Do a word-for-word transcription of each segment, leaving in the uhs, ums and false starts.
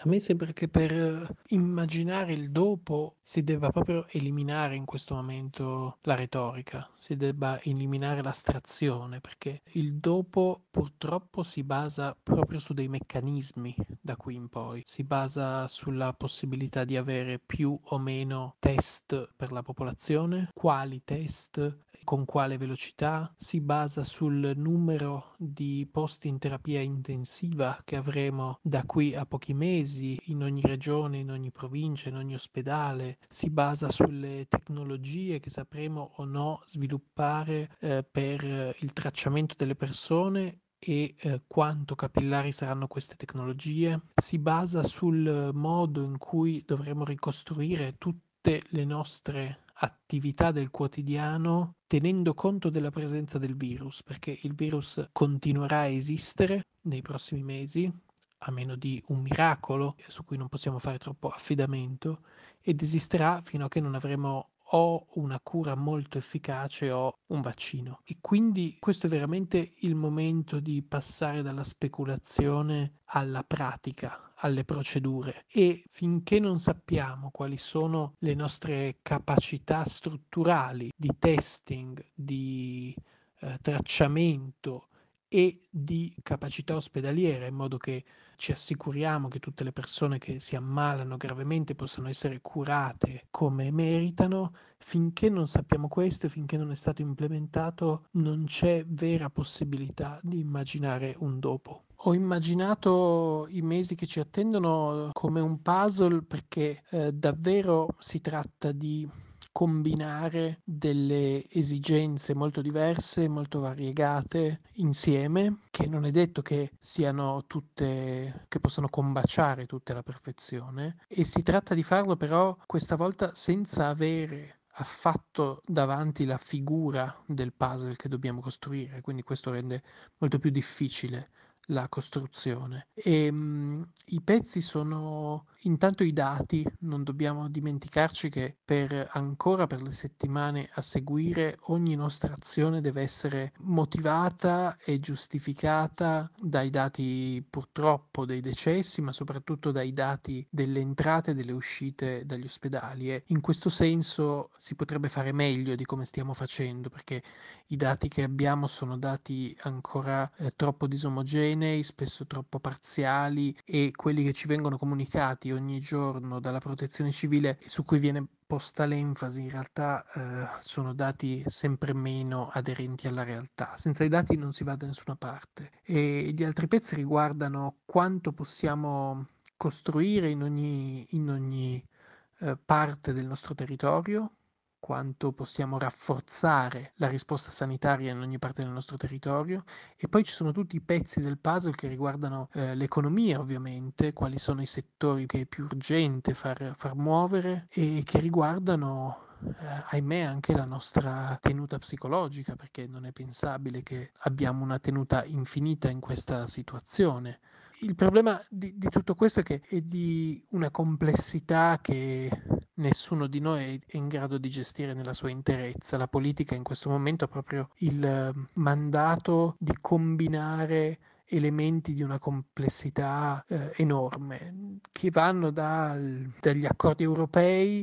A me sembra che per eh, immaginare il dopo si debba proprio eliminare in questo momento la retorica, si debba eliminare l'astrazione, perché il dopo purtroppo si basa proprio su dei meccanismi da qui in poi, si basa sulla possibilità di avere più o meno test per la popolazione, quali test, con quale velocità, si basa sul numero di posti in terapia intensiva che avremo da qui a pochi mesi in ogni regione, in ogni provincia, in ogni ospedale, si basa sulle tecnologie che sapremo o no sviluppare eh, per eh, il tracciamento delle persone e eh, quanto capillari saranno queste tecnologie, si basa sul modo in cui dovremo ricostruire tutte le nostre attività del quotidiano tenendo conto della presenza del virus, perché il virus continuerà a esistere nei prossimi mesi, a meno di un miracolo su cui non possiamo fare troppo affidamento, ed esisterà fino a che non avremo o una cura molto efficace o un vaccino. E quindi questo è veramente il momento di passare dalla speculazione alla pratica, alle procedure e finché non sappiamo quali sono le nostre capacità strutturali di testing, di eh, tracciamento e di capacità ospedaliera, in modo che ci assicuriamo che tutte le persone che si ammalano gravemente possano essere curate come meritano, finché non sappiamo questo e finché non è stato implementato, non c'è vera possibilità di immaginare un dopo. Ho immaginato i mesi che ci attendono come un puzzle perché eh, davvero si tratta di combinare delle esigenze molto diverse, molto variegate insieme, che non è detto che siano tutte, che possano combaciare tutte alla perfezione, e si tratta di farlo però questa volta senza avere affatto davanti la figura del puzzle che dobbiamo costruire, quindi questo rende molto più difficile la costruzione. E mh, i pezzi sono intanto i dati, non dobbiamo dimenticarci che per ancora per le settimane a seguire ogni nostra azione deve essere motivata e giustificata dai dati purtroppo dei decessi, ma soprattutto dai dati delle entrate e delle uscite dagli ospedali. E in questo senso si potrebbe fare meglio di come stiamo facendo, perché i dati che abbiamo sono dati ancora eh, troppo disomogenei, spesso troppo parziali, e quelli che ci vengono comunicati ogni giorno dalla protezione civile su cui viene posta l'enfasi in realtà eh, sono dati sempre meno aderenti alla realtà. Senza i dati non si va da nessuna parte. E gli altri pezzi riguardano quanto possiamo costruire in ogni, in ogni eh, parte del nostro territorio, quanto possiamo rafforzare la risposta sanitaria in ogni parte del nostro territorio, e poi ci sono tutti i pezzi del puzzle che riguardano eh, l'economia, ovviamente, quali sono i settori che è più urgente far, far muovere e che riguardano eh, ahimè anche la nostra tenuta psicologica, perché non è pensabile che abbiamo una tenuta infinita in questa situazione. Il problema di, di tutto questo è che è di una complessità che nessuno di noi è in grado di gestire nella sua interezza. La politica in questo momento ha proprio il eh, mandato di combinare elementi di una complessità eh, enorme, che vanno dal- dagli accordi europei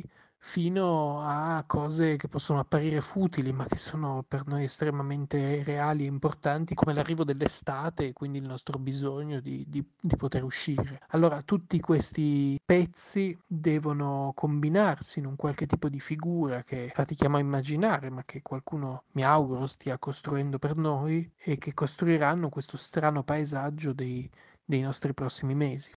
fino a cose che possono apparire futili, ma che sono per noi estremamente reali e importanti, come l'arrivo dell'estate e quindi il nostro bisogno di, di- di poter uscire. Allora, tutti questi pezzi devono combinarsi in un qualche tipo di figura che fatichiamo a immaginare, ma che qualcuno, mi auguro, stia costruendo per noi, e che costruiranno questo strano paesaggio dei dei nostri prossimi mesi.